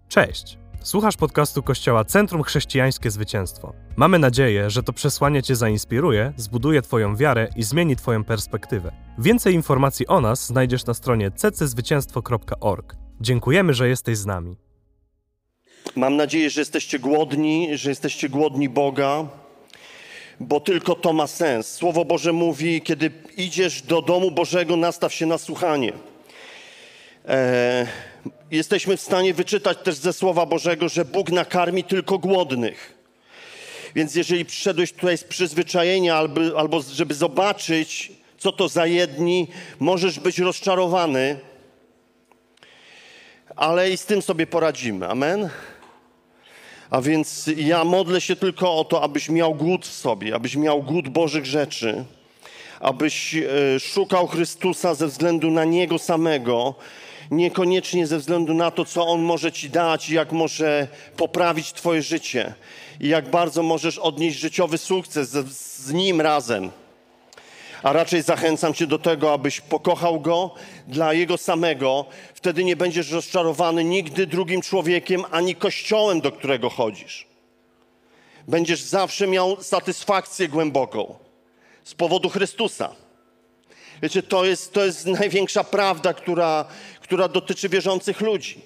Cześć! Słuchasz podcastu Kościoła Centrum Chrześcijańskie Zwycięstwo. Mamy nadzieję, że to przesłanie Cię zainspiruje, zbuduje Twoją wiarę i zmieni Twoją perspektywę. Więcej informacji o nas znajdziesz na stronie cczwycięstwo.org. Dziękujemy, że jesteś z nami. Mam nadzieję, że jesteście głodni Boga, bo tylko to ma sens. Słowo Boże mówi, kiedy idziesz do domu Bożego, nastaw się na słuchanie. Jesteśmy w stanie wyczytać też ze Słowa Bożego, że Bóg nakarmi tylko głodnych. Więc jeżeli przyszedłeś tutaj z przyzwyczajenia albo żeby zobaczyć, co to za jedni, możesz być rozczarowany, ale i z tym sobie poradzimy. Amen? A więc ja modlę się tylko o to, abyś miał głód w sobie, abyś miał głód Bożych rzeczy, abyś szukał Chrystusa ze względu na Niego samego, niekoniecznie ze względu na to, co On może Ci dać i jak może poprawić Twoje życie i jak bardzo możesz odnieść życiowy sukces z Nim razem. A raczej zachęcam Cię do tego, abyś pokochał Go dla Jego samego. Wtedy nie będziesz rozczarowany nigdy drugim człowiekiem, ani Kościołem, do którego chodzisz. Będziesz zawsze miał satysfakcję głęboką z powodu Chrystusa. Wiecie, to jest największa prawda, która dotyczy wierzących ludzi.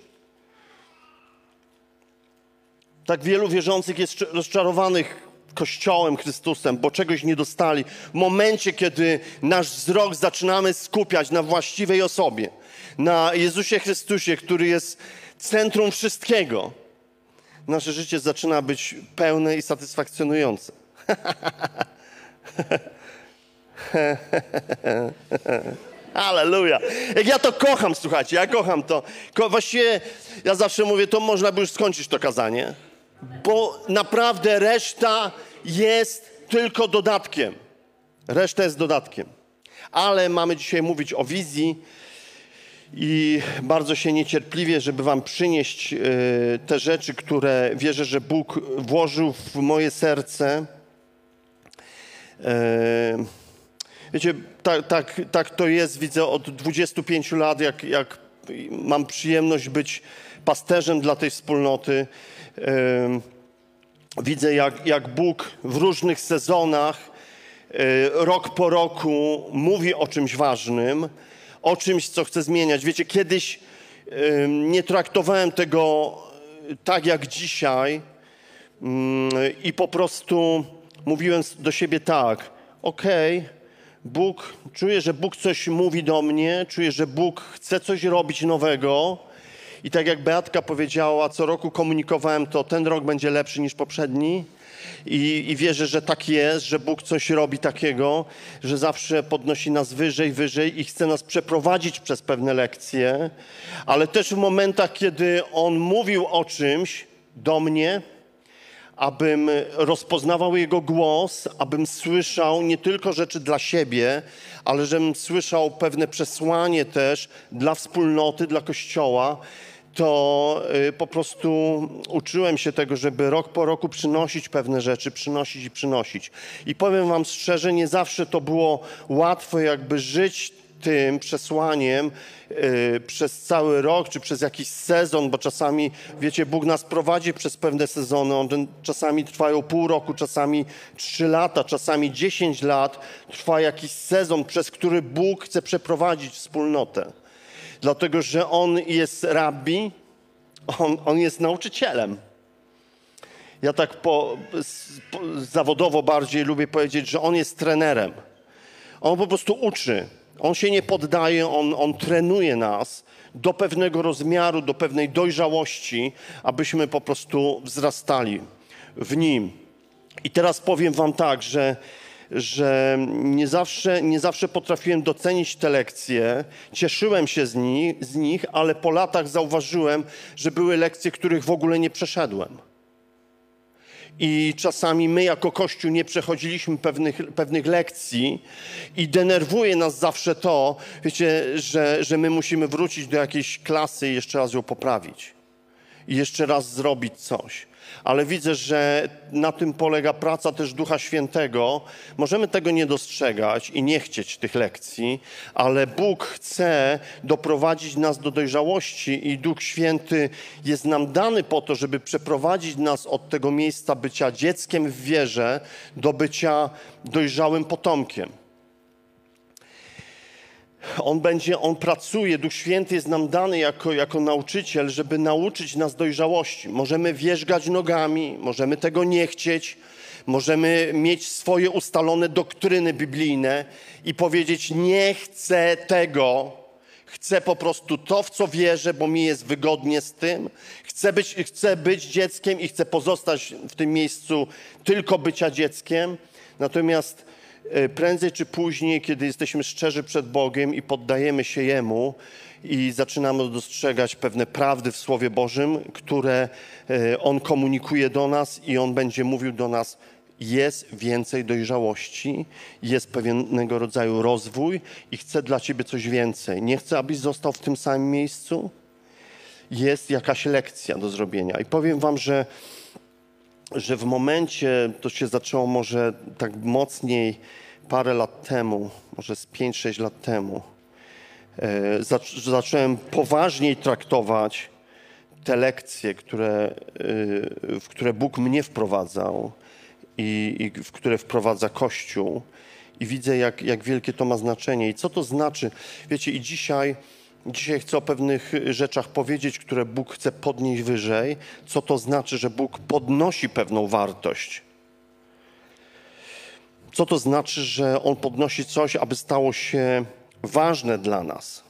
Tak wielu wierzących jest rozczarowanych Kościołem, Chrystusem, bo czegoś nie dostali. W momencie, kiedy nasz wzrok zaczynamy skupiać na właściwej osobie, na Jezusie Chrystusie, który jest centrum wszystkiego, nasze życie zaczyna być pełne i satysfakcjonujące. Halleluja. Jak ja to kocham, słuchajcie, ja kocham to. Właściwie ja zawsze mówię, to można by już skończyć to kazanie, bo naprawdę reszta jest tylko dodatkiem. Reszta jest dodatkiem. Ale mamy dzisiaj mówić o wizji i bardzo się niecierpliwie, żeby wam przynieść te rzeczy, które wierzę, że Bóg włożył w moje serce. Wiecie, tak to jest, widzę od 25 lat, jak mam przyjemność być pasterzem dla tej wspólnoty. Widzę, jak Bóg w różnych sezonach, rok po roku mówi o czymś ważnym, o czymś, co chce zmieniać. Wiecie, kiedyś nie traktowałem tego tak jak dzisiaj i po prostu mówiłem do siebie tak, okej, czuję, że Bóg coś mówi do mnie, czuję, że Bóg chce coś robić nowego i tak jak Beatka powiedziała, co roku komunikowałem to, ten rok będzie lepszy niż poprzedni i wierzę, że tak jest, że Bóg coś robi takiego, że zawsze podnosi nas wyżej i chce nas przeprowadzić przez pewne lekcje, ale też w momentach, kiedy On mówił o czymś do mnie, abym rozpoznawał Jego głos, abym słyszał nie tylko rzeczy dla siebie, ale żebym słyszał pewne przesłanie też dla wspólnoty, dla Kościoła, to po prostu uczyłem się tego, żeby rok po roku przynosić pewne rzeczy, przynosić. I powiem wam szczerze, nie zawsze to było łatwo jakby żyć tym przesłaniem przez cały rok, czy przez jakiś sezon, bo czasami, wiecie, Bóg nas prowadzi przez pewne sezony, czasami trwają pół roku, czasami 3 lata, czasami 10 lat, trwa jakiś sezon, przez który Bóg chce przeprowadzić wspólnotę. Dlatego, że On jest rabbi, On jest nauczycielem. Ja tak zawodowo bardziej lubię powiedzieć, że On jest trenerem. On po prostu uczy. On się nie poddaje, on trenuje nas do pewnego rozmiaru, do pewnej dojrzałości, abyśmy po prostu wzrastali w Nim. I teraz powiem wam tak, że nie zawsze potrafiłem docenić te lekcje, cieszyłem się z nich, ale po latach zauważyłem, że były lekcje, których w ogóle nie przeszedłem. I czasami my jako Kościół nie przechodziliśmy pewnych lekcji i denerwuje nas zawsze to, wiecie, że my musimy wrócić do jakiejś klasy i jeszcze raz ją poprawić. i jeszcze raz zrobić coś. Ale widzę, że na tym polega praca też Ducha Świętego. Możemy tego nie dostrzegać i nie chcieć tych lekcji, ale Bóg chce doprowadzić nas do dojrzałości i Duch Święty jest nam dany po to, żeby przeprowadzić nas od tego miejsca bycia dzieckiem w wierze do bycia dojrzałym potomkiem. On pracuje, Duch Święty jest nam dany jako nauczyciel, żeby nauczyć nas dojrzałości. Możemy wierzgać nogami, możemy tego nie chcieć, możemy mieć swoje ustalone doktryny biblijne i powiedzieć: nie chcę tego, chcę po prostu to, w co wierzę, bo mi jest wygodnie z tym. Chcę być dzieckiem i chcę pozostać w tym miejscu tylko bycia dzieckiem. Natomiast prędzej czy później, kiedy jesteśmy szczerzy przed Bogiem i poddajemy się Jemu i zaczynamy dostrzegać pewne prawdy w Słowie Bożym, które On komunikuje do nas i On będzie mówił do nas: jest więcej dojrzałości, jest pewnego rodzaju rozwój i chcę dla ciebie coś więcej. Nie chcę, abyś został w tym samym miejscu. Jest jakaś lekcja do zrobienia. I powiem wam, że w momencie, to się zaczęło może tak mocniej parę lat temu, może z 5-6 lat temu, zacząłem poważniej traktować te lekcje, w które Bóg mnie wprowadzał i w które wprowadza Kościół. I widzę, jak wielkie to ma znaczenie. I co to znaczy? Wiecie, i dzisiaj chcę o pewnych rzeczach powiedzieć, które Bóg chce podnieść wyżej. Co to znaczy, że Bóg podnosi pewną wartość? Co to znaczy, że On podnosi coś, aby stało się ważne dla nas?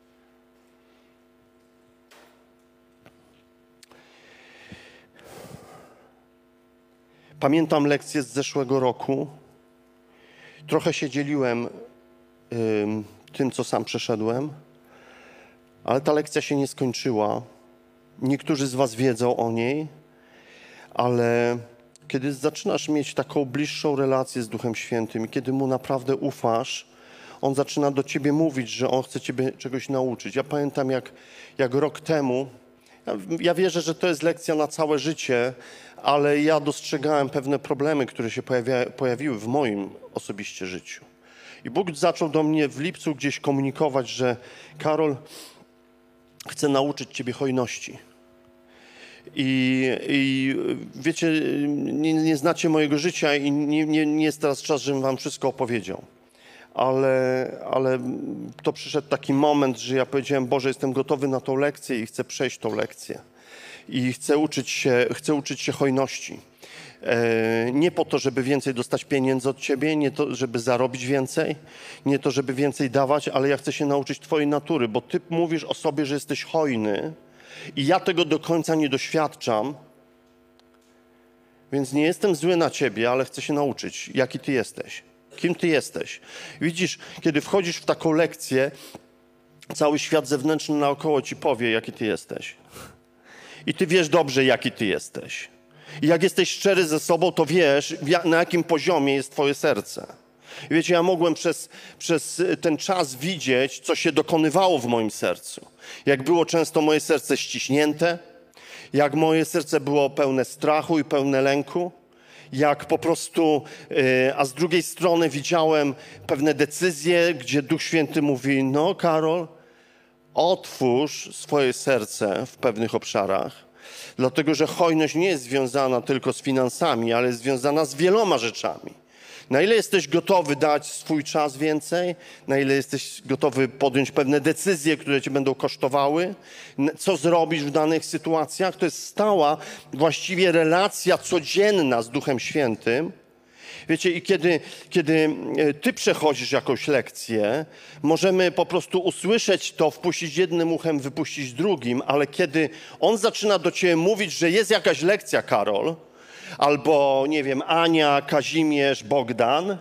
Pamiętam lekcję z zeszłego roku. Trochę się dzieliłem tym, co sam przeszedłem, ale ta lekcja się nie skończyła. Niektórzy z was wiedzą o niej, ale kiedy zaczynasz mieć taką bliższą relację z Duchem Świętym i kiedy Mu naprawdę ufasz, On zaczyna do ciebie mówić, że On chce ciebie czegoś nauczyć. Ja pamiętam, jak rok temu, ja wierzę, że to jest lekcja na całe życie, ale ja dostrzegałem pewne problemy, które się pojawiły w moim osobiście życiu. I Bóg zaczął do mnie w lipcu gdzieś komunikować, że Karol, chcę nauczyć ciebie hojności. I wiecie, nie znacie mojego życia i nie jest teraz czas, żebym wam wszystko opowiedział. Ale to przyszedł taki moment, że ja powiedziałem: Boże, jestem gotowy na tą lekcję i chcę przejść tą lekcję. I chcę uczyć się hojności. Nie po to, żeby więcej dostać pieniędzy od ciebie, nie to, żeby zarobić więcej, nie to, żeby więcej dawać, ale ja chcę się nauczyć twojej natury, bo ty mówisz o sobie, że jesteś hojny i ja tego do końca nie doświadczam, więc nie jestem zły na ciebie, ale chcę się nauczyć, jaki ty jesteś, kim ty jesteś. Widzisz, kiedy wchodzisz w taką lekcję, cały świat zewnętrzny naokoło ci powie, jaki ty jesteś. I ty wiesz dobrze, jaki ty jesteś. I jak jesteś szczery ze sobą, to wiesz, na jakim poziomie jest twoje serce. I wiecie, ja mogłem przez ten czas widzieć, co się dokonywało w moim sercu. Jak było często moje serce ściśnięte, jak moje serce było pełne strachu i pełne lęku, jak po prostu, a z drugiej strony widziałem pewne decyzje, gdzie Duch Święty mówi: no Karol, otwórz swoje serce w pewnych obszarach, dlatego że hojność nie jest związana tylko z finansami, ale jest związana z wieloma rzeczami. Na ile jesteś gotowy dać swój czas więcej, na ile jesteś gotowy podjąć pewne decyzje, które cię będą kosztowały, co zrobisz w danych sytuacjach, to jest stała właściwie relacja codzienna z Duchem Świętym. Wiecie, i kiedy ty przechodzisz jakąś lekcję, możemy po prostu usłyszeć to, wpuścić jednym uchem, wypuścić drugim, ale kiedy On zaczyna do ciebie mówić, że jest jakaś lekcja, Karol, albo, nie wiem, Ania, Kazimierz, Bogdan,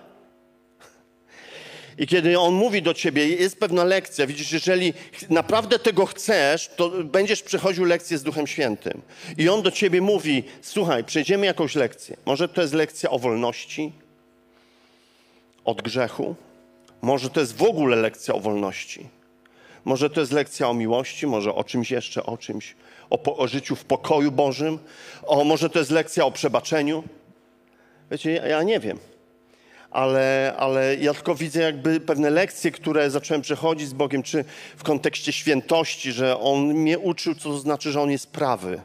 i kiedy On mówi do ciebie, jest pewna lekcja, widzisz, jeżeli naprawdę tego chcesz, to będziesz przechodził lekcję z Duchem Świętym. I On do ciebie mówi: słuchaj, przejdziemy jakąś lekcję. Może to jest lekcja o wolności od grzechu. Może to jest w ogóle lekcja o wolności. Może to jest lekcja o miłości, może o czymś jeszcze, o życiu w pokoju Bożym, może to jest lekcja o przebaczeniu. Wiecie, ja nie wiem, ale ja tylko widzę jakby pewne lekcje, które zacząłem przechodzić z Bogiem, czy w kontekście świętości, że On mnie uczył, co to znaczy, że On jest prawy.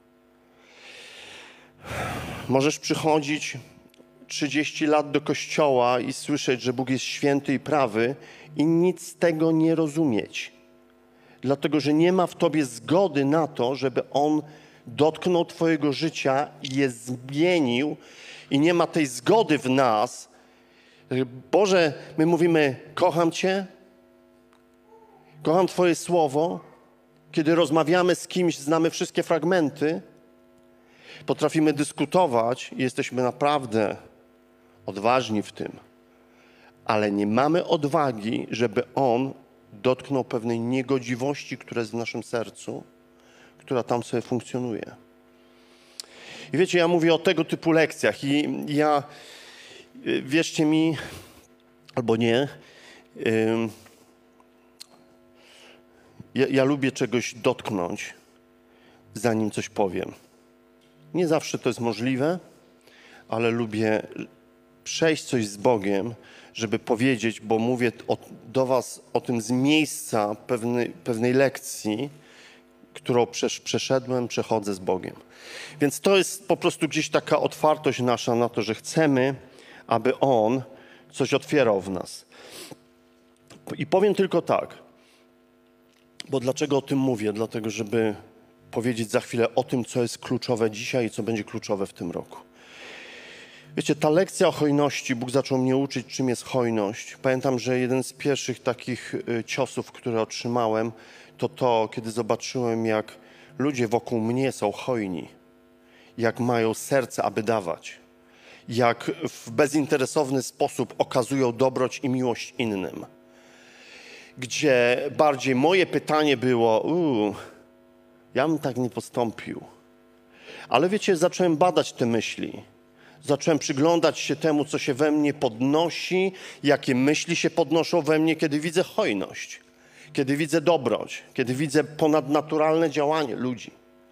Możesz przychodzić 30 lat do kościoła i słyszeć, że Bóg jest święty i prawy i nic z tego nie rozumieć. Dlatego, że nie ma w tobie zgody na to, żeby On dotknął twojego życia i je zmienił i nie ma tej zgody w nas. Boże, my mówimy, kocham Cię, kocham Twoje słowo. Kiedy rozmawiamy z kimś, znamy wszystkie fragmenty, potrafimy dyskutować i jesteśmy naprawdę odważni w tym, ale nie mamy odwagi, żeby On dotknął pewnej niegodziwości, która jest w naszym sercu, która tam sobie funkcjonuje. I wiecie, ja mówię o tego typu lekcjach i ja, wierzcie mi, albo nie, ja lubię czegoś dotknąć, zanim coś powiem. Nie zawsze to jest możliwe, ale lubię przejść coś z Bogiem, żeby powiedzieć, bo mówię do was o tym z miejsca pewnej lekcji, którą przeszedłem, przechodzę z Bogiem. Więc to jest po prostu gdzieś taka otwartość nasza na to, że chcemy, aby On coś otwierał w nas. I powiem tylko tak, bo dlaczego o tym mówię? Dlatego, żeby powiedzieć za chwilę o tym, co jest kluczowe dzisiaj i co będzie kluczowe w tym roku. Wiecie, ta lekcja o hojności, Bóg zaczął mnie uczyć, czym jest hojność. Pamiętam, że jeden z pierwszych takich ciosów, które otrzymałem, to kiedy zobaczyłem, jak ludzie wokół mnie są hojni, jak mają serce, aby dawać, jak w bezinteresowny sposób okazują dobroć i miłość innym. Gdzie bardziej moje pytanie było, ja bym tak nie postąpił. Ale wiecie, zacząłem badać te myśli. Zacząłem przyglądać się temu, co się we mnie podnosi, jakie myśli się podnoszą we mnie, kiedy widzę hojność, kiedy widzę dobroć, kiedy widzę ponadnaturalne działanie ludzi.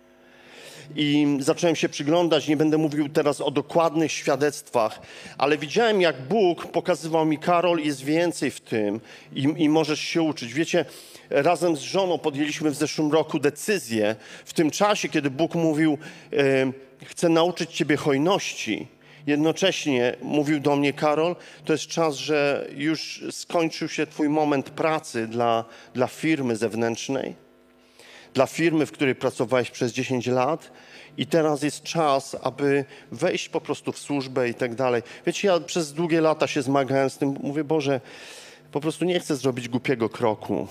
I zacząłem się przyglądać, nie będę mówił teraz o dokładnych świadectwach, ale widziałem, jak Bóg pokazywał mi, Karol, jest więcej w tym i możesz się uczyć. Wiecie, razem z żoną podjęliśmy w zeszłym roku decyzję, w tym czasie, kiedy Bóg mówił, chcę nauczyć ciebie hojności. Jednocześnie mówił do mnie, Karol, to jest czas, że już skończył się twój moment pracy dla firmy zewnętrznej, dla firmy, w której pracowałeś przez 10 lat i teraz jest czas, aby wejść po prostu w służbę i tak dalej. Wiecie, ja przez długie lata się zmagałem z tym, mówię, Boże, po prostu nie chcę zrobić głupiego kroku.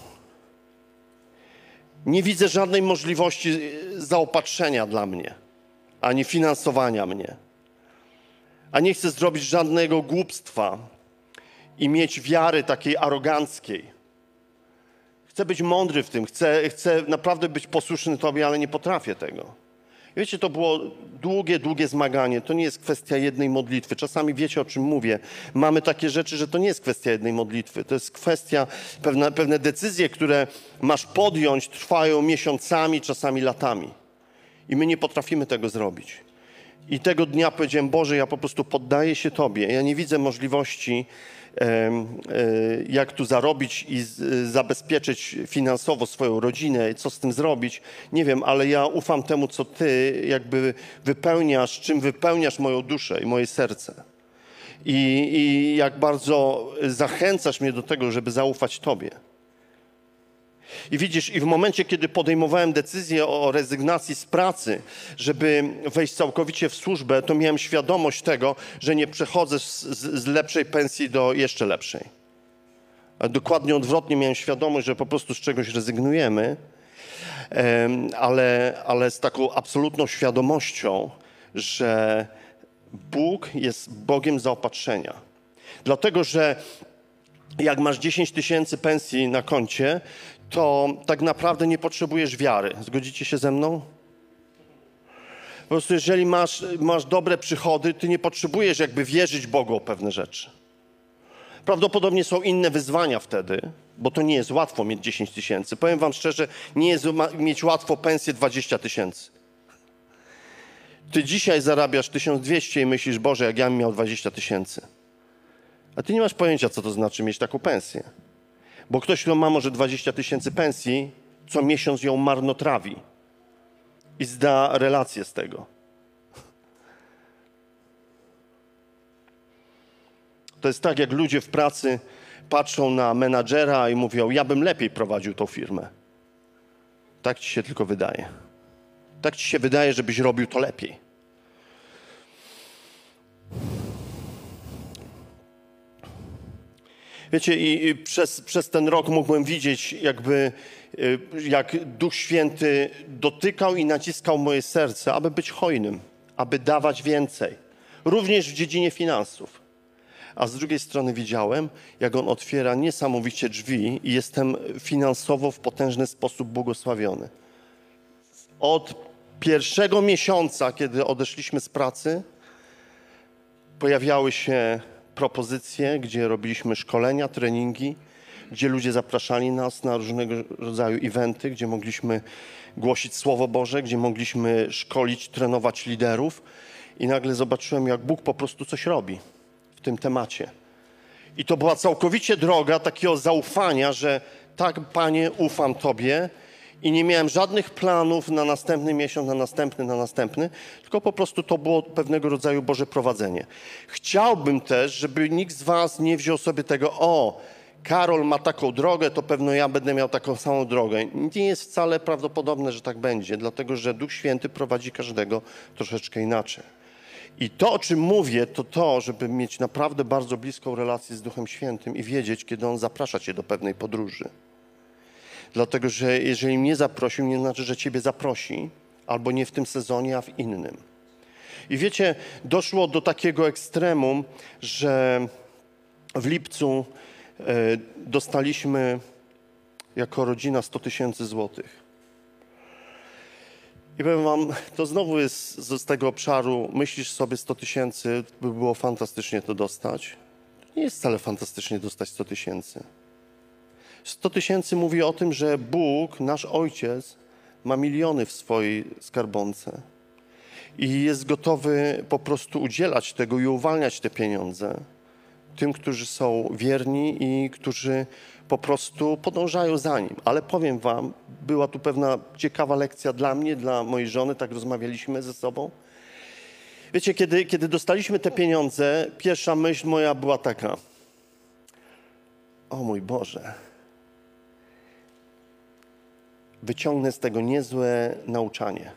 Nie widzę żadnej możliwości zaopatrzenia dla mnie, ani finansowania mnie. A nie chcę zrobić żadnego głupstwa i mieć wiary takiej aroganckiej. Chcę być mądry w tym, chcę naprawdę być posłuszny Tobie, ale nie potrafię tego. I wiecie, to było długie zmaganie. To nie jest kwestia jednej modlitwy. Czasami wiecie, o czym mówię. Mamy takie rzeczy, że to nie jest kwestia jednej modlitwy. To jest kwestia, pewne decyzje, które masz podjąć, trwają miesiącami, czasami latami. I my nie potrafimy tego zrobić. I tego dnia powiedziałem, Boże, ja po prostu poddaję się Tobie. Ja nie widzę możliwości, jak tu zarobić i zabezpieczyć finansowo swoją rodzinę, co z tym zrobić. Nie wiem, ale ja ufam temu, co Ty jakby wypełniasz, czym wypełniasz moją duszę i moje serce. I jak bardzo zachęcasz mnie do tego, żeby zaufać Tobie. I widzisz, i w momencie, kiedy podejmowałem decyzję o rezygnacji z pracy, żeby wejść całkowicie w służbę, to miałem świadomość tego, że nie przechodzę z lepszej pensji do jeszcze lepszej. A dokładnie odwrotnie, miałem świadomość, że po prostu z czegoś rezygnujemy, ale z taką absolutną świadomością, że Bóg jest Bogiem zaopatrzenia. Dlatego, że jak masz 10 000 pensji na koncie, to tak naprawdę nie potrzebujesz wiary. Zgodzicie się ze mną? Po prostu jeżeli masz dobre przychody, ty nie potrzebujesz jakby wierzyć Bogu o pewne rzeczy. Prawdopodobnie są inne wyzwania wtedy, bo to nie jest łatwo mieć 10 tysięcy. Powiem wam szczerze, nie jest mieć łatwo pensję 20 tysięcy. Ty dzisiaj zarabiasz 1200 i myślisz, Boże, jak ja bym miał 20 tysięcy. A ty nie masz pojęcia, co to znaczy mieć taką pensję. Bo ktoś, kto ma może 20 tysięcy pensji, co miesiąc ją marnotrawi i zda relację z tego. To jest tak, jak ludzie w pracy patrzą na menadżera i mówią, ja bym lepiej prowadził tą firmę. Tak ci się tylko wydaje. Tak ci się wydaje, żebyś robił to lepiej. Wiecie, i przez ten rok mogłem widzieć jak Duch Święty dotykał i naciskał moje serce, aby być hojnym, aby dawać więcej. Również w dziedzinie finansów. A z drugiej strony widziałem, jak On otwiera niesamowicie drzwi i jestem finansowo w potężny sposób błogosławiony. Od pierwszego miesiąca, kiedy odeszliśmy z pracy, pojawiały się propozycje, gdzie robiliśmy szkolenia, treningi, gdzie ludzie zapraszali nas na różnego rodzaju eventy, gdzie mogliśmy głosić Słowo Boże, gdzie mogliśmy szkolić, trenować liderów. I nagle zobaczyłem, jak Bóg po prostu coś robi w tym temacie. I to była całkowicie droga takiego zaufania, że tak, Panie, ufam Tobie i nie miałem żadnych planów na następny miesiąc, na następny, tylko po prostu to było pewnego rodzaju Boże prowadzenie. Chciałbym też, żeby nikt z was nie wziął sobie tego, Karol ma taką drogę, to pewno ja będę miał taką samą drogę. Nie jest wcale prawdopodobne, że tak będzie, dlatego że Duch Święty prowadzi każdego troszeczkę inaczej. I to, o czym mówię, to to, żeby mieć naprawdę bardzo bliską relację z Duchem Świętym i wiedzieć, kiedy On zaprasza cię do pewnej podróży. Dlatego, że jeżeli mnie zaprosił, nie znaczy, że ciebie zaprosi, albo nie w tym sezonie, a w innym. I wiecie, doszło do takiego ekstremum, że w lipcu dostaliśmy jako rodzina 100 tysięcy złotych. I powiem wam, to znowu jest z tego obszaru, myślisz sobie 100 tysięcy, by było fantastycznie to dostać. To nie jest wcale fantastycznie dostać 100 tysięcy. 100 tysięcy mówi o tym, że Bóg, nasz Ojciec, ma miliony w swojej skarbonce i jest gotowy po prostu udzielać tego i uwalniać te pieniądze tym, którzy są wierni i którzy po prostu podążają za Nim. Ale powiem wam, była tu pewna ciekawa lekcja dla mnie, dla mojej żony, tak rozmawialiśmy ze sobą. Wiecie, kiedy dostaliśmy te pieniądze, pierwsza myśl moja była taka: o mój Boże, wyciągnę z tego niezłe nauczanie.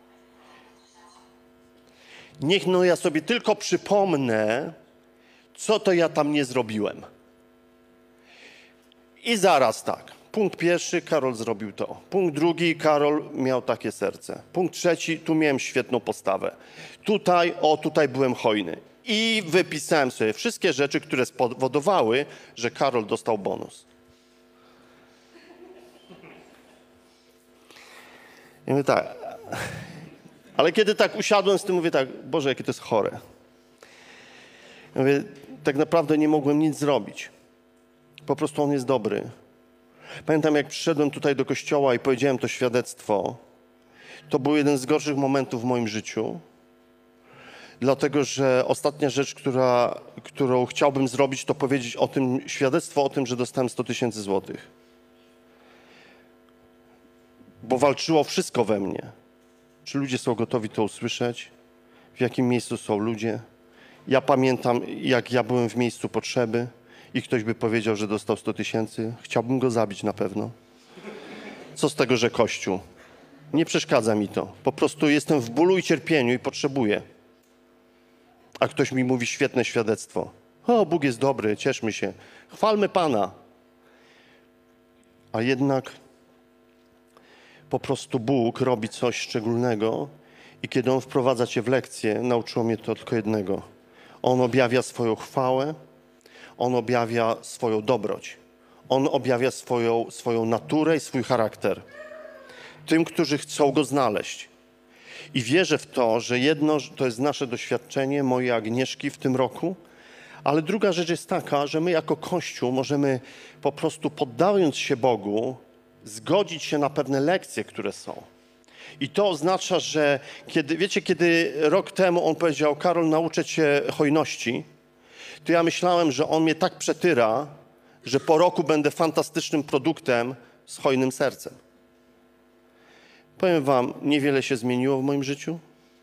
Niech ja sobie tylko przypomnę, co to ja tam nie zrobiłem. I zaraz tak. Punkt pierwszy, Karol zrobił to. Punkt drugi, Karol miał takie serce. Punkt trzeci, tu miałem świetną postawę. Tutaj byłem hojny. I wypisałem sobie wszystkie rzeczy, które spowodowały, że Karol dostał bonus. I mówię tak, ale kiedy tak usiadłem z tym, mówię tak, Boże, jakie to jest chore. Ja mówię, tak naprawdę nie mogłem nic zrobić. Po prostu On jest dobry. Pamiętam, jak przyszedłem tutaj do kościoła i powiedziałem to świadectwo, to był jeden z gorszych momentów w moim życiu, dlatego że ostatnia rzecz, którą chciałbym zrobić, to powiedzieć o tym, świadectwo o tym, że dostałem 100 tysięcy złotych. Bo walczyło wszystko we mnie. Czy ludzie są gotowi to usłyszeć? W jakim miejscu są ludzie? Ja pamiętam, jak ja byłem w miejscu potrzeby i ktoś by powiedział, że dostał 100 tysięcy. Chciałbym go zabić na pewno. Co z tego, że Kościół? Nie przeszkadza mi to. Po prostu jestem w bólu i cierpieniu i potrzebuję. A ktoś mi mówi świetne świadectwo. O, Bóg jest dobry, cieszmy się. Chwalmy Pana. A jednak po prostu Bóg robi coś szczególnego i kiedy On wprowadza cię w lekcję, nauczyło mnie to tylko jednego. On objawia swoją chwałę, On objawia swoją dobroć. On objawia swoją naturę i swój charakter. Tym, którzy chcą Go znaleźć. I wierzę w to, że jedno to jest nasze doświadczenie, mojej Agnieszki w tym roku, Ale druga rzecz jest taka, że my jako Kościół możemy po prostu poddając się Bogu, zgodzić się na pewne lekcje, które są. I to oznacza, że kiedy rok temu on powiedział, Karol, nauczę cię hojności, to ja myślałem, że on mnie tak przetyra, że po roku będę fantastycznym produktem z hojnym sercem. Powiem wam, niewiele się zmieniło w moim życiu.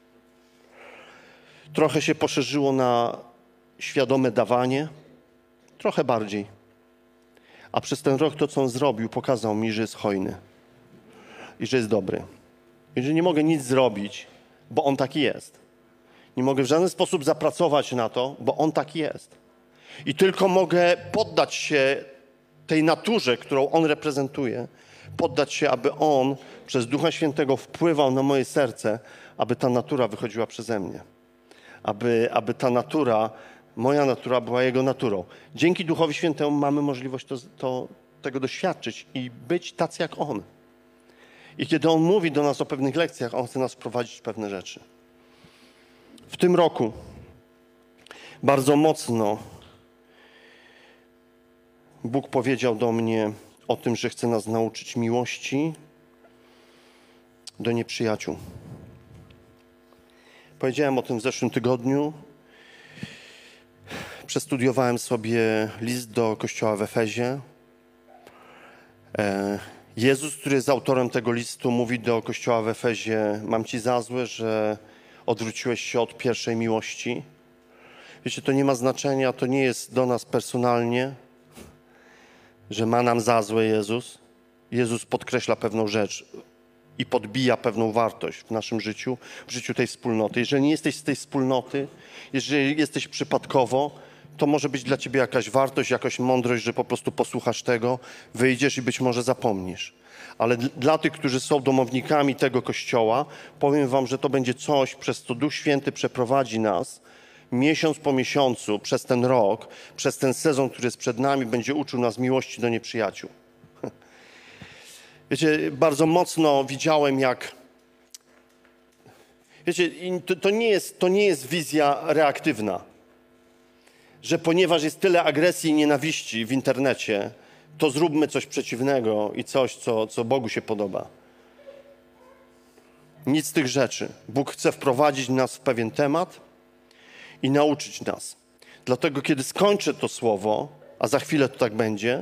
Trochę się poszerzyło na świadome dawanie, trochę bardziej. A przez ten rok to, co on zrobił, pokazał mi, że jest hojny i że jest dobry. I że nie mogę nic zrobić, bo on taki jest. Nie mogę w żaden sposób zapracować na to, bo on taki jest. I tylko mogę poddać się tej naturze, którą on reprezentuje, poddać się, aby on przez Ducha Świętego wpływał na moje serce, aby ta natura wychodziła przeze mnie. Aby ta natura, moja natura była jego naturą. Dzięki Duchowi Świętemu mamy możliwość tego doświadczyć i być tacy jak on. I kiedy on mówi do nas o pewnych lekcjach, on chce nas wprowadzić w pewne rzeczy. W tym roku bardzo mocno Bóg powiedział do mnie o tym, że chce nas nauczyć miłości do nieprzyjaciół. Powiedziałem o tym w zeszłym tygodniu. Przestudiowałem sobie list do kościoła w Efezie. Jezus, który jest autorem tego listu, mówi do kościoła w Efezie, mam ci za złe, że odwróciłeś się od pierwszej miłości. Wiecie, to nie ma znaczenia, to nie jest do nas personalnie, że ma nam za złe Jezus. Jezus podkreśla pewną rzecz i podbija pewną wartość w naszym życiu, w życiu tej wspólnoty. Jeżeli nie jesteś z tej wspólnoty, jeżeli jesteś przypadkowo, to może być dla ciebie jakaś wartość, jakaś mądrość, że po prostu posłuchasz tego, wyjdziesz i być może zapomnisz. Ale dla tych, którzy są domownikami tego Kościoła, powiem wam, że to będzie coś, przez co Duch Święty przeprowadzi nas miesiąc po miesiącu, przez ten rok, przez ten sezon, który jest przed nami, będzie uczył nas miłości do nieprzyjaciół. Wiecie, bardzo mocno widziałem, jak... Wiecie, to nie jest wizja reaktywna, że ponieważ jest tyle agresji i nienawiści w internecie, to zróbmy coś przeciwnego i coś, co Bogu się podoba. Nic z tych rzeczy. Bóg chce wprowadzić nas w pewien temat i nauczyć nas. Dlatego, kiedy skończę to słowo, a za chwilę to tak będzie,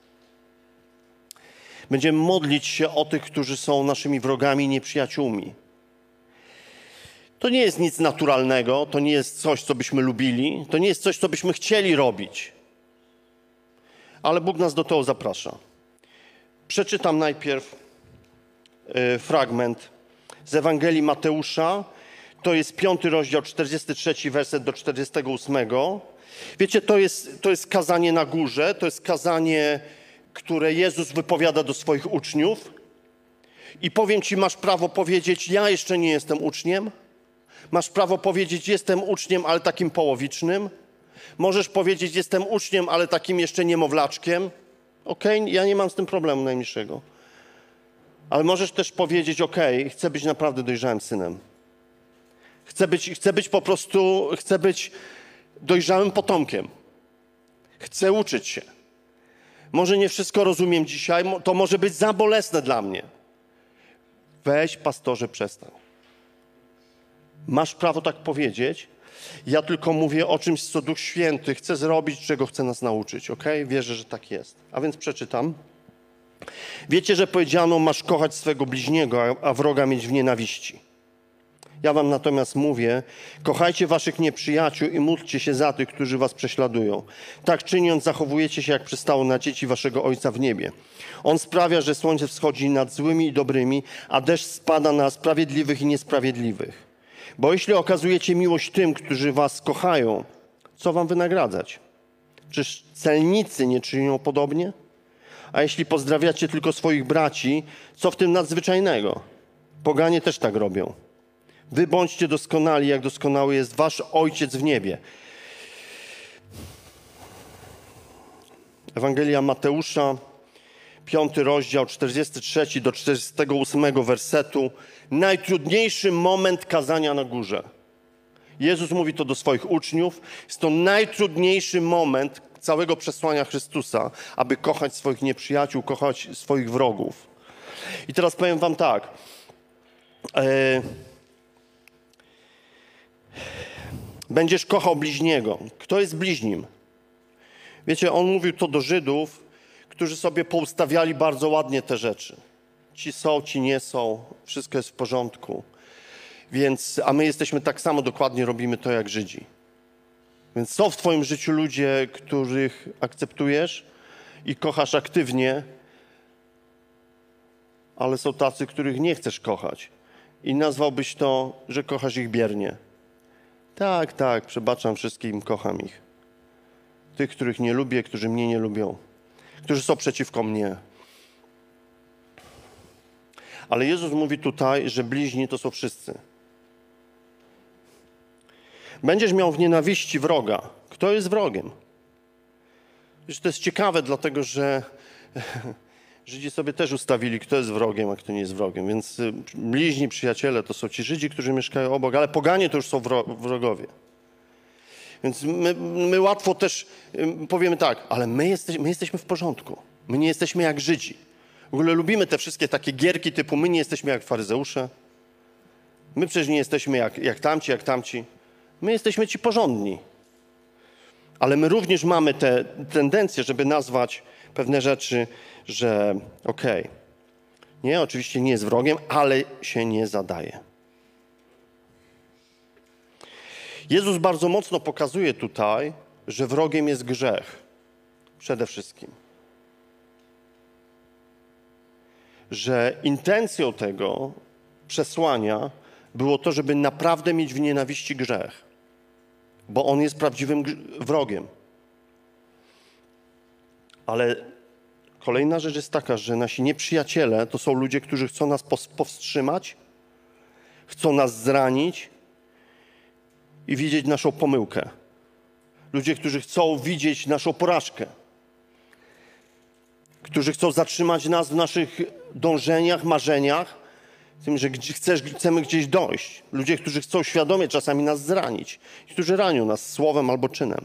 będziemy modlić się o tych, którzy są naszymi wrogami i nieprzyjaciółmi. To nie jest nic naturalnego, to nie jest coś, co byśmy lubili, to nie jest coś, co byśmy chcieli robić. Ale Bóg nas do tego zaprasza. Przeczytam najpierw fragment z Ewangelii Mateusza. To jest 5 rozdział, 43 werset do 48. Wiecie, to jest kazanie na górze, to jest kazanie, które Jezus wypowiada do swoich uczniów. I powiem ci, masz prawo powiedzieć, ja jeszcze nie jestem uczniem. Masz prawo powiedzieć, jestem uczniem, ale takim połowicznym. Możesz powiedzieć, jestem uczniem, ale takim jeszcze niemowlaczkiem. Okej, ja nie mam z tym problemu najmniejszego. Ale możesz też powiedzieć, chcę być naprawdę dojrzałym synem. Chcę być dojrzałym potomkiem. Chcę uczyć się. Może nie wszystko rozumiem dzisiaj, to może być za bolesne dla mnie. Weź, pastorze, przestań. Masz prawo tak powiedzieć. Ja tylko mówię o czymś, co Duch Święty chce zrobić, czego chce nas nauczyć. Wierzę, że tak jest. A więc przeczytam. Wiecie, że powiedziano, masz kochać swego bliźniego, a wroga mieć w nienawiści. Ja wam natomiast mówię, kochajcie waszych nieprzyjaciół i módlcie się za tych, którzy was prześladują. Tak czyniąc, zachowujecie się, jak przystało na dzieci waszego Ojca w niebie. On sprawia, że słońce wschodzi nad złymi i dobrymi, a deszcz spada na sprawiedliwych i niesprawiedliwych. Bo jeśli okazujecie miłość tym, którzy was kochają, co wam wynagradzać? Czyż celnicy nie czynią podobnie? A jeśli pozdrawiacie tylko swoich braci, co w tym nadzwyczajnego? Poganie też tak robią. Wy bądźcie doskonali, jak doskonały jest wasz Ojciec w niebie. Ewangelia Mateusza, 5 rozdział, 43 do 48 wersetu. Najtrudniejszy moment kazania na górze. Jezus mówi to do swoich uczniów. Jest to najtrudniejszy moment całego przesłania Chrystusa, aby kochać swoich nieprzyjaciół, kochać swoich wrogów. I teraz powiem wam tak. Będziesz kochał bliźniego. Kto jest bliźnim? Wiecie, on mówił to do Żydów, którzy sobie poustawiali bardzo ładnie te rzeczy. Ci są, ci nie są, wszystko jest w porządku. A my jesteśmy tak samo, dokładnie robimy to jak Żydzi. Więc są w twoim życiu ludzie, których akceptujesz i kochasz aktywnie, ale są tacy, których nie chcesz kochać. I nazwałbyś to, że kochasz ich biernie. Tak, przebaczam wszystkim, kocham ich. Tych, których nie lubię, którzy mnie nie lubią. Którzy są przeciwko mnie. Ale Jezus mówi tutaj, że bliźni to są wszyscy. Będziesz miał w nienawiści wroga. Kto jest wrogiem? Wiesz, to jest ciekawe, dlatego że Żydzi sobie też ustawili, kto jest wrogiem, a kto nie jest wrogiem. Więc bliźni, przyjaciele to są ci Żydzi, którzy mieszkają obok, ale poganie to już są wrogowie. Więc my łatwo też powiemy tak, ale my jesteśmy w porządku. My nie jesteśmy jak Żydzi. W ogóle lubimy te wszystkie takie gierki typu my nie jesteśmy jak faryzeusze. My przecież nie jesteśmy jak tamci. My jesteśmy ci porządni. Ale my również mamy tę tendencję, żeby nazwać pewne rzeczy, że nie, oczywiście nie jest wrogiem, ale się nie zadaje. Jezus bardzo mocno pokazuje tutaj, że wrogiem jest grzech. Przede wszystkim. Że intencją tego przesłania było to, żeby naprawdę mieć w nienawiści grzech. Bo on jest prawdziwym wrogiem. Ale kolejna rzecz jest taka, że nasi nieprzyjaciele to są ludzie, którzy chcą nas powstrzymać, chcą nas zranić i widzieć naszą pomyłkę. Ludzie, którzy chcą widzieć naszą porażkę. Którzy chcą zatrzymać nas w naszych dążeniach, marzeniach, tym, że chcemy gdzieś dojść. Ludzie, którzy chcą świadomie czasami nas zranić. Którzy ranią nas słowem albo czynem.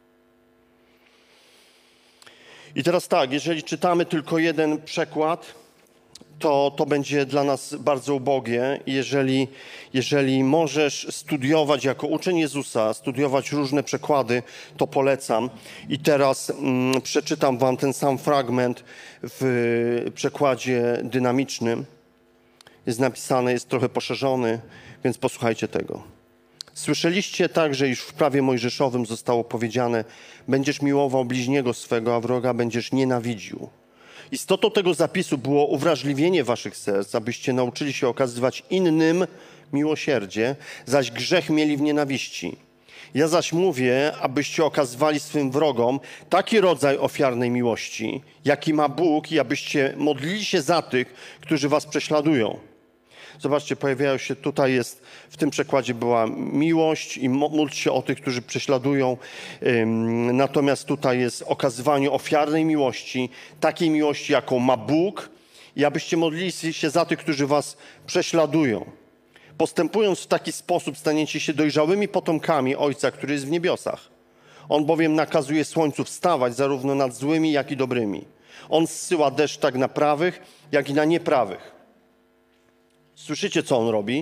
I teraz tak, jeżeli czytamy tylko jeden przekład, to będzie dla nas bardzo ubogie. Jeżeli możesz studiować jako uczeń Jezusa, studiować różne przekłady, to polecam. I teraz przeczytam wam ten sam fragment w przekładzie dynamicznym. Jest napisane, jest trochę poszerzony, więc posłuchajcie tego. Słyszeliście także, iż w prawie mojżeszowym zostało powiedziane: będziesz miłował bliźniego swego, a wroga będziesz nienawidził. Istotą tego zapisu było uwrażliwienie waszych serc, abyście nauczyli się okazywać innym miłosierdzie, zaś grzech mieli w nienawiści. Ja zaś mówię, abyście okazywali swym wrogom taki rodzaj ofiarnej miłości, jaki ma Bóg, i abyście modlili się za tych, którzy was prześladują. Zobaczcie, pojawiają się, tutaj jest, w tym przekładzie była miłość i módl się o tych, którzy prześladują. Natomiast tutaj jest okazywanie ofiarnej miłości, takiej miłości, jaką ma Bóg, i abyście modlili się za tych, którzy was prześladują. Postępując w taki sposób, staniecie się dojrzałymi potomkami Ojca, który jest w niebiosach. On bowiem nakazuje słońcu wstawać zarówno nad złymi, jak i dobrymi. On zsyła deszcz tak na prawych, jak i na nieprawych. Słyszycie, co on robi?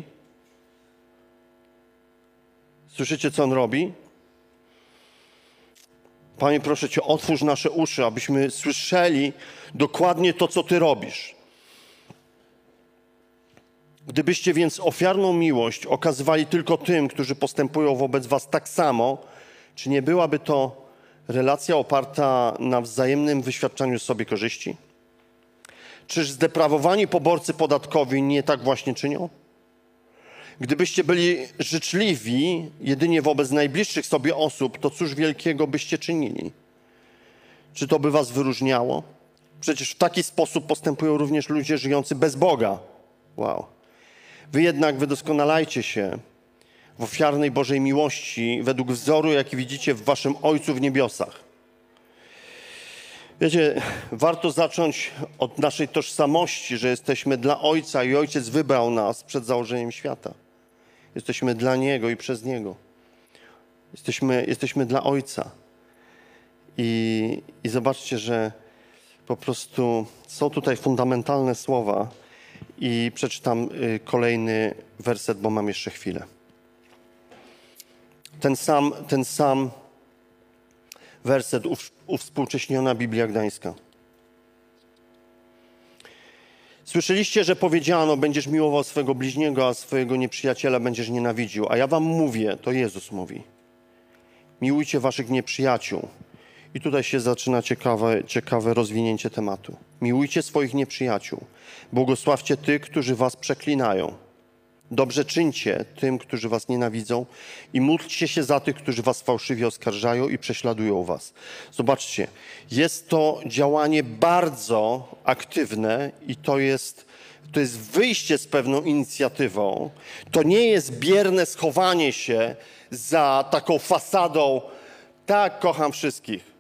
Słyszycie, co on robi? Panie, proszę Cię, otwórz nasze uszy, abyśmy słyszeli dokładnie to, co Ty robisz. Gdybyście więc ofiarną miłość okazywali tylko tym, którzy postępują wobec was tak samo, czy nie byłaby to relacja oparta na wzajemnym wyświadczaniu sobie korzyści? Czyż zdeprawowani poborcy podatkowi nie tak właśnie czynią? Gdybyście byli życzliwi jedynie wobec najbliższych sobie osób, to cóż wielkiego byście czynili? Czy to by was wyróżniało? Przecież w taki sposób postępują również ludzie żyjący bez Boga. Wow. Wy jednak wydoskonalajcie się w ofiarnej Bożej miłości według wzoru, jaki widzicie w waszym Ojcu w niebiosach. Wiecie, warto zacząć od naszej tożsamości, że jesteśmy dla Ojca i Ojciec wybrał nas przed założeniem świata. Jesteśmy dla Niego i przez Niego. Jesteśmy dla Ojca. I zobaczcie, że po prostu są tutaj fundamentalne słowa i przeczytam kolejny werset, bo mam jeszcze chwilę. Ten sam werset, uwspółcześniona Biblia Gdańska. Słyszeliście, że powiedziano, będziesz miłował swego bliźniego, a swojego nieprzyjaciela będziesz nienawidził. A ja wam mówię, to Jezus mówi, miłujcie waszych nieprzyjaciół. I tutaj się zaczyna ciekawe rozwinięcie tematu. Miłujcie swoich nieprzyjaciół. Błogosławcie tych, którzy was przeklinają. Dobrze czyńcie tym, którzy was nienawidzą i módlcie się za tych, którzy was fałszywie oskarżają i prześladują was. Zobaczcie, jest to działanie bardzo aktywne i to jest wyjście z pewną inicjatywą. To nie jest bierne schowanie się za taką fasadą, tak, kocham wszystkich.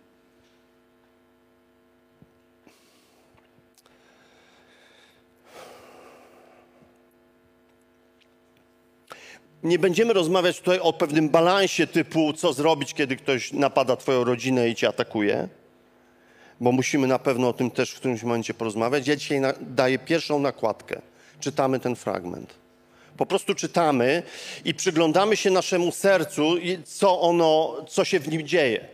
Nie będziemy rozmawiać tutaj o pewnym balansie typu, co zrobić, kiedy ktoś napada twoją rodzinę i cię atakuje, bo musimy na pewno o tym też w którymś momencie porozmawiać. Ja dzisiaj daję pierwszą nakładkę. Czytamy ten fragment. Po prostu czytamy i przyglądamy się naszemu sercu, co się w nim dzieje.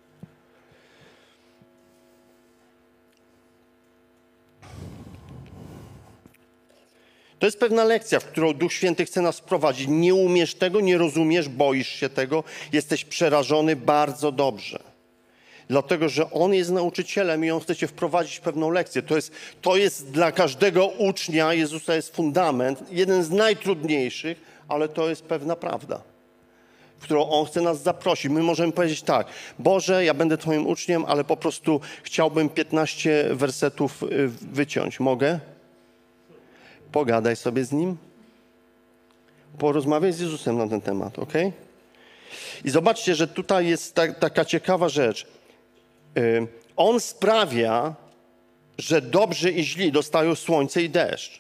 To jest pewna lekcja, w którą Duch Święty chce nas wprowadzić. Nie umiesz tego, nie rozumiesz, boisz się tego, jesteś przerażony bardzo dobrze. Dlatego, że On jest nauczycielem i On chce cię wprowadzić w pewną lekcję. To jest dla każdego ucznia Jezusa jest fundament, jeden z najtrudniejszych, ale to jest pewna prawda, w którą On chce nas zaprosić. My możemy powiedzieć tak, Boże, ja będę Twoim uczniem, ale po prostu chciałbym 15 wersetów wyciąć. Mogę? Pogadaj sobie z Nim. Porozmawiaj z Jezusem na ten temat, ok? I zobaczcie, że tutaj jest taka ciekawa rzecz. On sprawia, że dobrzy i źli dostają słońce i deszcz.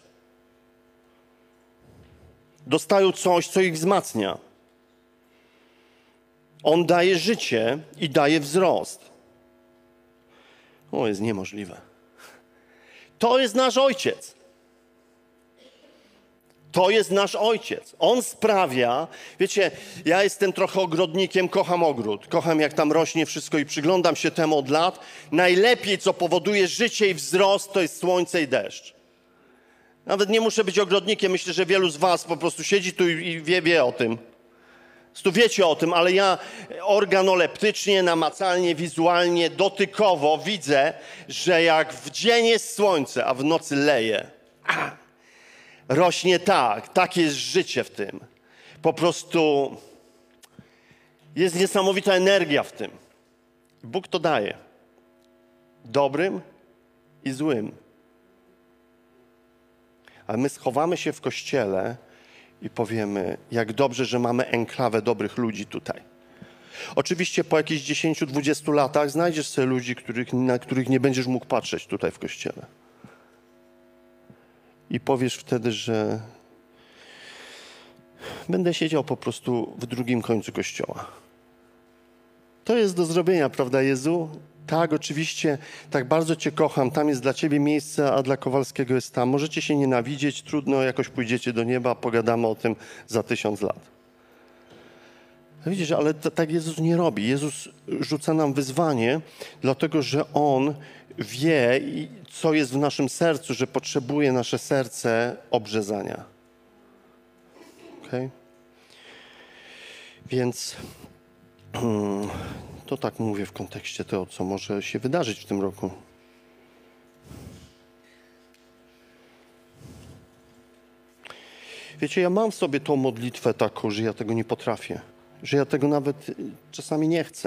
Dostają coś, co ich wzmacnia. On daje życie i daje wzrost. O, jest niemożliwe. To jest nasz Ojciec. To jest nasz Ojciec. On sprawia, wiecie, ja jestem trochę ogrodnikiem, kocham ogród. Kocham, jak tam rośnie wszystko i przyglądam się temu od lat. Najlepiej, co powoduje życie i wzrost, to jest słońce i deszcz. Nawet nie muszę być ogrodnikiem. Myślę, że wielu z was po prostu siedzi tu i wie o tym. Tu wiecie o tym, ale ja organoleptycznie, namacalnie, wizualnie, dotykowo widzę, że jak w dzień jest słońce, a w nocy leje. Rośnie tak jest życie w tym. Po prostu jest niesamowita energia w tym. Bóg to daje. Dobrym i złym. Ale my schowamy się w kościele i powiemy, jak dobrze, że mamy enklawę dobrych ludzi tutaj. Oczywiście po jakichś 10-20 latach znajdziesz sobie ludzi, na których nie będziesz mógł patrzeć tutaj w kościele. I powiesz wtedy, że będę siedział po prostu w drugim końcu kościoła. To jest do zrobienia, prawda, Jezu? Tak, oczywiście, tak bardzo Cię kocham, tam jest dla Ciebie miejsce, a dla Kowalskiego jest tam. Możecie się nienawidzieć, trudno, jakoś pójdziecie do nieba, pogadamy o tym za 1000 lat. Widzisz, ale tak Jezus nie robi. Jezus rzuca nam wyzwanie, dlatego że On wie, co jest w naszym sercu, że potrzebuje nasze serce obrzezania. Okay? Więc to tak mówię w kontekście tego, co może się wydarzyć w tym roku. Wiecie, ja mam w sobie tą modlitwę taką, że ja tego nie potrafię. Że ja tego nawet czasami nie chcę.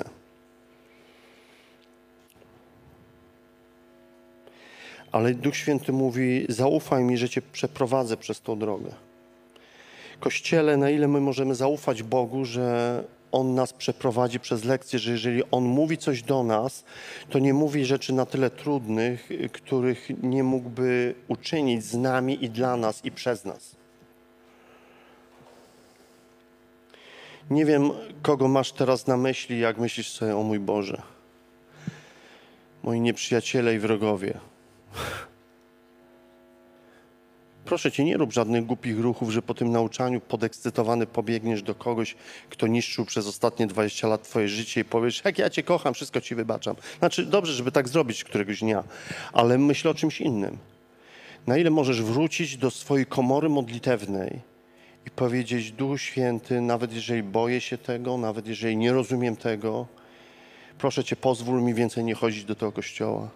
Ale Duch Święty mówi, zaufaj mi, że Cię przeprowadzę przez tą drogę. Kościele, na ile my możemy zaufać Bogu, że On nas przeprowadzi przez lekcje, że jeżeli On mówi coś do nas, to nie mówi rzeczy na tyle trudnych, których nie mógłby uczynić z nami i dla nas i przez nas. Nie wiem, kogo masz teraz na myśli, jak myślisz sobie, o mój Boże, moi nieprzyjaciele i wrogowie. Proszę Cię, nie rób żadnych głupich ruchów, że po tym nauczaniu podekscytowany pobiegniesz do kogoś, kto niszczył przez ostatnie 20 lat Twoje życie i powiesz, jak ja Cię kocham, wszystko Ci wybaczam. Znaczy, dobrze, żeby tak zrobić któregoś dnia, ale myślę o czymś innym. Na ile możesz wrócić do swojej komory modlitewnej i powiedzieć, Duchu Święty, nawet jeżeli boję się tego, nawet jeżeli nie rozumiem tego, proszę Cię, pozwól mi więcej nie chodzić do tego kościoła.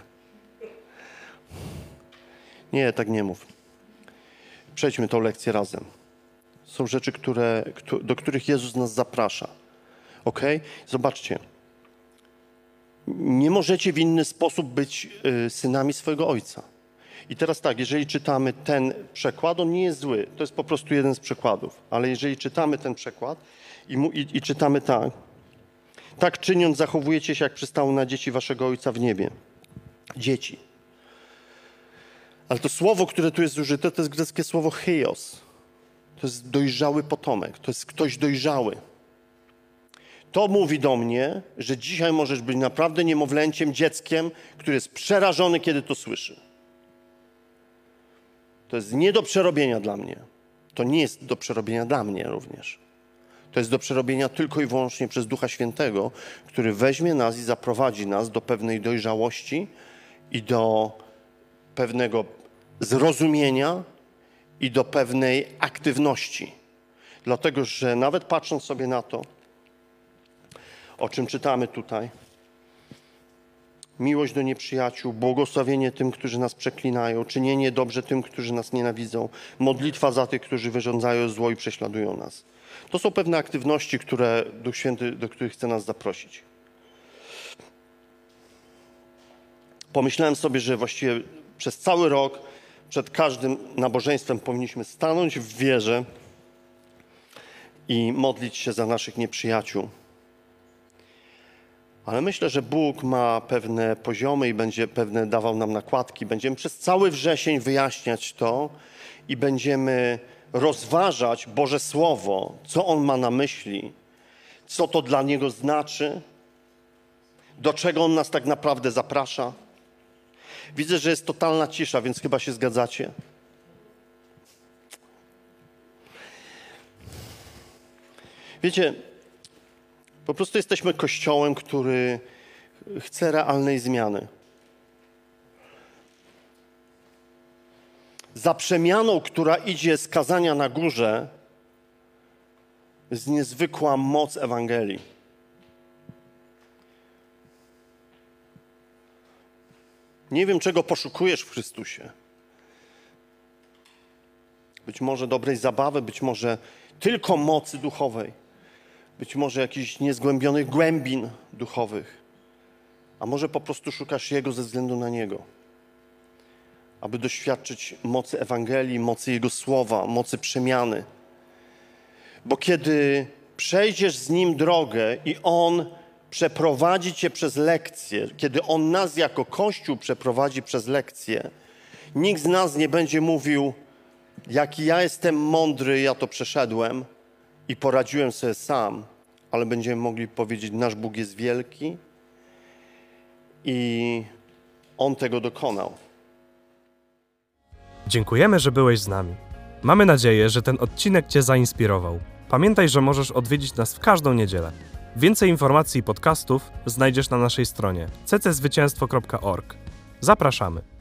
Nie, tak nie mów. Przejdźmy tą lekcję razem. Są rzeczy, do których Jezus nas zaprasza. Ok? Zobaczcie. Nie możecie w inny sposób być synami swojego Ojca. I teraz tak, jeżeli czytamy ten przekład, on nie jest zły. To jest po prostu jeden z przekładów. Ale jeżeli czytamy ten przekład i czytamy tak. Tak czyniąc zachowujecie się, jak przystało na dzieci waszego Ojca w niebie. Dzieci. Ale to słowo, które tu jest użyte, to jest greckie słowo heios. To jest dojrzały potomek. To jest ktoś dojrzały. To mówi do mnie, że dzisiaj możesz być naprawdę niemowlęciem, dzieckiem, który jest przerażony, kiedy to słyszy. To jest nie do przerobienia dla mnie. To nie jest do przerobienia dla mnie również. To jest do przerobienia tylko i wyłącznie przez Ducha Świętego, który weźmie nas i zaprowadzi nas do pewnej dojrzałości i do pewnego zrozumienia i do pewnej aktywności. Dlatego, że nawet patrząc sobie na to, o czym czytamy tutaj, miłość do nieprzyjaciół, błogosławienie tym, którzy nas przeklinają, czynienie dobrze tym, którzy nas nienawidzą, modlitwa za tych, którzy wyrządzają zło i prześladują nas. To są pewne aktywności, które Duch Święty, do których chce nas zaprosić. Pomyślałem sobie, że właściwie przez cały rok, przed każdym nabożeństwem powinniśmy stanąć w wierze i modlić się za naszych nieprzyjaciół. Ale myślę, że Bóg ma pewne poziomy i będzie pewne dawał nam nakładki. Będziemy przez cały wrzesień wyjaśniać to i będziemy rozważać Boże Słowo, co On ma na myśli, co to dla Niego znaczy, do czego On nas tak naprawdę zaprasza. Widzę, że jest totalna cisza, więc chyba się zgadzacie. Wiecie, po prostu jesteśmy Kościołem, który chce realnej zmiany. Za przemianą, która idzie z kazania na górze, jest niezwykła moc Ewangelii. Nie wiem, czego poszukujesz w Chrystusie. Być może dobrej zabawy, być może tylko mocy duchowej, być może jakichś niezgłębionych głębin duchowych, a może po prostu szukasz Jego ze względu na Niego, aby doświadczyć mocy Ewangelii, mocy Jego Słowa, mocy przemiany. Bo kiedy przejdziesz z Nim drogę i On przeprowadzi cię przez lekcję, kiedy On nas jako Kościół przeprowadzi przez lekcję, nikt z nas nie będzie mówił, jaki ja jestem mądry, ja to przeszedłem i poradziłem sobie sam, ale będziemy mogli powiedzieć, nasz Bóg jest wielki i On tego dokonał. Dziękujemy, że byłeś z nami. Mamy nadzieję, że ten odcinek Cię zainspirował. Pamiętaj, że możesz odwiedzić nas w każdą niedzielę. Więcej informacji i podcastów znajdziesz na naszej stronie cczwycięstwo.org. Zapraszamy!